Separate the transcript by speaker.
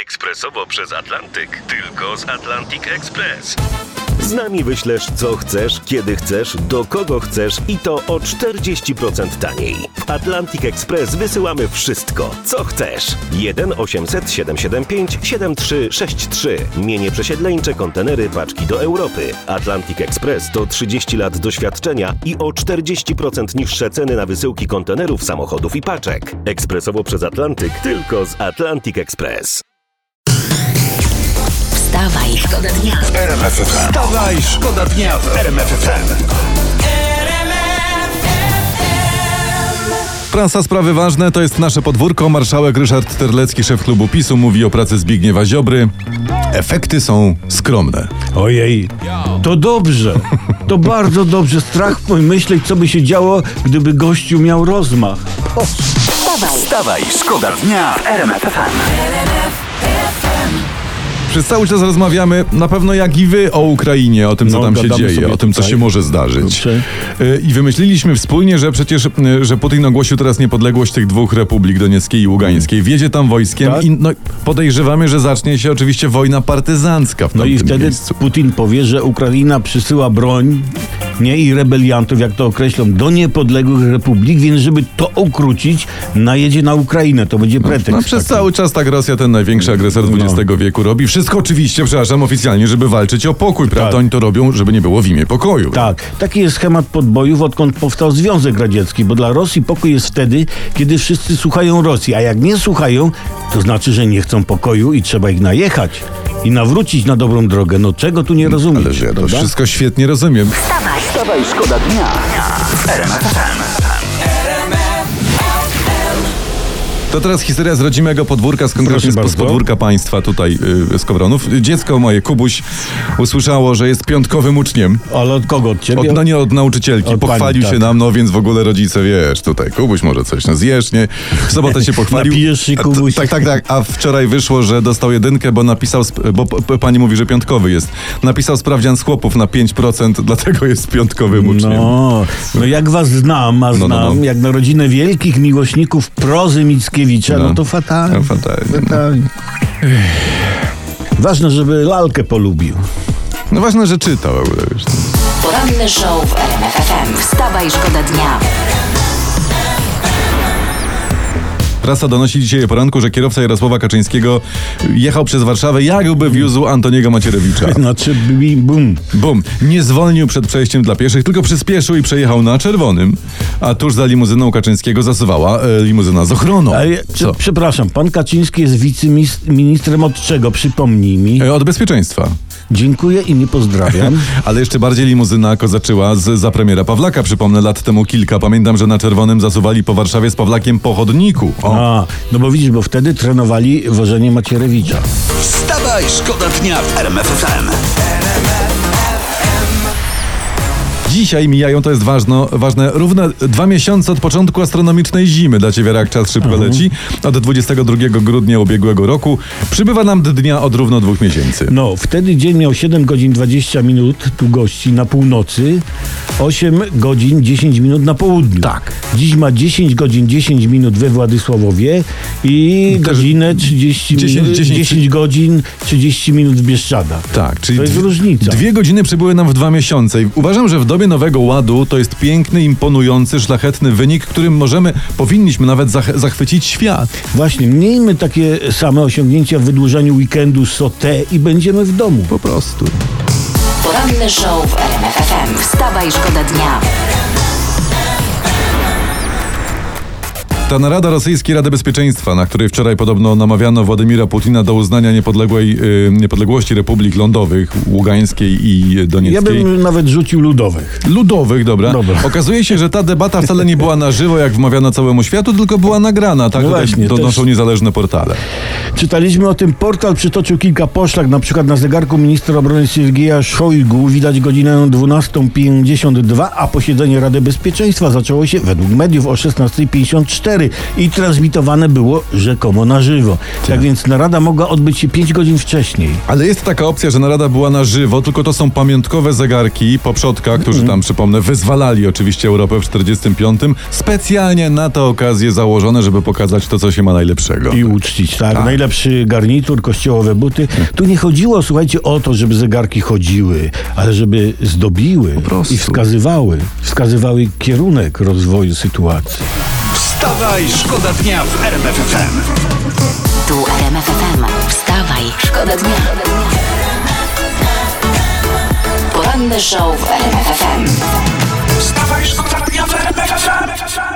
Speaker 1: ekspresowo przez Atlantyk. Tylko z Atlantic Express. Z nami wyślesz co chcesz, kiedy chcesz, do kogo chcesz i to o 40% taniej. W Atlantic Express wysyłamy wszystko, co chcesz. 1 800 775 7363. Mienie przesiedleńcze, kontenery, paczki do Europy. Atlantic Express to 30 lat doświadczenia i o 40% niższe ceny na wysyłki kontenerów, samochodów i paczek. Ekspresowo przez Atlantyk, tylko z Atlantic Express.
Speaker 2: Wstawaj, szkoda dnia w RMF FM.
Speaker 3: Wstawaj, szkoda dnia w RMF FM.
Speaker 4: Prasa, sprawy ważne, to jest nasze podwórko. Marszałek Ryszard Terlecki, szef klubu PiS-u, mówi o pracy Zbigniewa Ziobry. Efekty są skromne.
Speaker 5: Ojej, to dobrze. To bardzo dobrze. Strach pomyśleć, co by się działo, gdyby gościu miał rozmach.
Speaker 3: Wstawaj, szkoda dnia w RMF FM.
Speaker 4: Przez cały czas rozmawiamy, na pewno jak i wy, o Ukrainie, o tym, co tam się dzieje, o tym, co się może zdarzyć. I wymyśliliśmy wspólnie, że przecież że Putin ogłosił teraz niepodległość tych dwóch republik, Donieckiej i Ługańskiej. Wjedzie tam wojskiem i podejrzewamy, że zacznie się oczywiście wojna partyzancka w tamtym
Speaker 5: i wtedy
Speaker 4: miejscu.
Speaker 5: Putin powie, że Ukraina przysyła broń, i rebeliantów, jak to określą, do niepodległych republik, więc żeby to ukrócić, najedzie na Ukrainę. To będzie pretekst.
Speaker 4: Przez cały czas tak Rosja, ten największy agresor XX wieku, robi wszystko oczywiście, oficjalnie, żeby walczyć o pokój, prawda?
Speaker 5: Tak.
Speaker 4: Oni to robią, żeby nie było w imię pokoju.
Speaker 5: Tak, taki jest schemat podbojów, odkąd powstał Związek Radziecki, bo dla Rosji pokój jest wtedy, kiedy wszyscy słuchają Rosji, a jak nie słuchają, to znaczy, że nie chcą pokoju i trzeba ich najechać i nawrócić na dobrą drogę. No czego tu nie rozumiesz?
Speaker 4: Ale że ja to wszystko świetnie rozumiem.
Speaker 3: Wstawaj, szkoda dnia w RMF FM.
Speaker 4: To teraz historia z rodzimego podwórka, konkretnie z podwórka państwa tutaj z Kowronów. Dziecko moje, Kubuś, usłyszało, że jest piątkowym uczniem.
Speaker 5: Ale od kogo? Od ciebie?
Speaker 4: Nie od nauczycielki.
Speaker 5: Od
Speaker 4: Pochwalił
Speaker 5: pani,
Speaker 4: się
Speaker 5: tak.
Speaker 4: nam, więc w ogóle rodzice, wiesz, tutaj Kubuś może coś, zjesz, nie? W sobotę się pochwalił.
Speaker 5: Napijesz się, Kubuś.
Speaker 4: Tak. A wczoraj wyszło, że dostał 1, bo napisał, bo pani mówi, że piątkowy jest. Napisał sprawdzian z chłopów na 5%, dlatego jest piątkowym uczniem.
Speaker 5: No jak was znam, jak na rodzinę wielkich miłośników prozy Mickiewicza, no to fatalnie. Fatalnie. Ważne, żeby lalkę polubił.
Speaker 4: No ważne, że czytał w ogóle, wiesz.
Speaker 2: Poranny show w RMF FM. Wstawaj, szkoda dnia.
Speaker 4: Prasa donosi dzisiaj o poranku, że kierowca Jarosława Kaczyńskiego jechał przez Warszawę, jakby wiózł Antoniego Macierewicza.
Speaker 5: Znaczy, bum.
Speaker 4: Nie zwolnił przed przejściem dla pieszych, tylko przyspieszył i przejechał na czerwonym, a tuż za limuzyną Kaczyńskiego zasuwała limuzyna z ochroną.
Speaker 5: Przepraszam, pan Kaczyński jest wiceministrem od czego? Przypomnij mi.
Speaker 4: Od bezpieczeństwa.
Speaker 5: Dziękuję i nie pozdrawiam.
Speaker 4: Ale jeszcze bardziej limuzyna kozaczyła za premiera Pawlaka. Przypomnę, lat temu kilka. Pamiętam, że na czerwonym zasuwali po Warszawie z Pawlakiem po chodniku.
Speaker 5: No bo widzisz, bo wtedy trenowali wożenie Macierewicza.
Speaker 3: Wstawaj, szkoda dnia w RMF FM.
Speaker 4: Dzisiaj mijają, to jest ważne, równe 2 miesiące od początku astronomicznej zimy. Dla ciebie jak czas szybko leci. Od 22 grudnia ubiegłego roku przybywa nam dnia od równo 2 miesięcy.
Speaker 5: No, wtedy dzień miał 7 godzin 20 minut długości na północy, 8 godzin 10 minut na południu.
Speaker 4: Tak.
Speaker 5: Dziś ma 10 godzin 10 minut we Władysławowie i godzinę 10 godzin 30 minut w Bieszczadach.
Speaker 4: Tak, czyli
Speaker 5: to jest różnica.
Speaker 4: 2 godziny przybyły nam w 2 miesiące i uważam, że w dobie Nowego Ładu to jest piękny, imponujący, szlachetny wynik, którym powinniśmy nawet zachwycić świat.
Speaker 5: Właśnie, miejmy takie same osiągnięcia w wydłużaniu weekendu SOTE i będziemy w domu.
Speaker 4: Po prostu.
Speaker 2: Poranny show w RMF FM. Wstawaj, szkoda dnia.
Speaker 4: Ta narada rosyjskiej Rady Bezpieczeństwa, na której wczoraj podobno namawiano Władimira Putina do uznania niepodległości republik lądowych, Ługańskiej i Donieckiej.
Speaker 5: Ja bym nawet rzucił ludowych.
Speaker 4: Ludowych, dobra. Okazuje się, że ta debata wcale nie była na żywo, jak wmawiano całemu światu, tylko była nagrana. Tak donoszą niezależne portale.
Speaker 5: Czytaliśmy o tym, portal przytoczył kilka poszlak, na przykład na zegarku ministra obrony Siergieja Szojgu widać godzinę 12:52, a posiedzenie Rady Bezpieczeństwa zaczęło się według mediów o 16:54. TVP4 i transmitowane było rzekomo na żywo. Tak więc narada mogła odbyć się 5 godzin wcześniej.
Speaker 4: Ale jest taka opcja, że narada była na żywo, tylko to są pamiątkowe zegarki po przodkach, którzy tam, przypomnę, wyzwalali oczywiście Europę w 45. Specjalnie na tę okazję założone, żeby pokazać to, co się ma najlepszego.
Speaker 5: I uczcić, tak? Najlepszy garnitur, kościołowe buty. Tu nie chodziło, słuchajcie, o to, żeby zegarki chodziły, ale żeby zdobiły i wskazywały kierunek rozwoju sytuacji.
Speaker 3: Wstawaj, szkoda dnia w RMF FM.
Speaker 2: Tu RMF FM. Wstawaj, szkoda dnia. Poranny show w RMF FM.
Speaker 3: Wstawaj, szkoda dnia w RMF FM.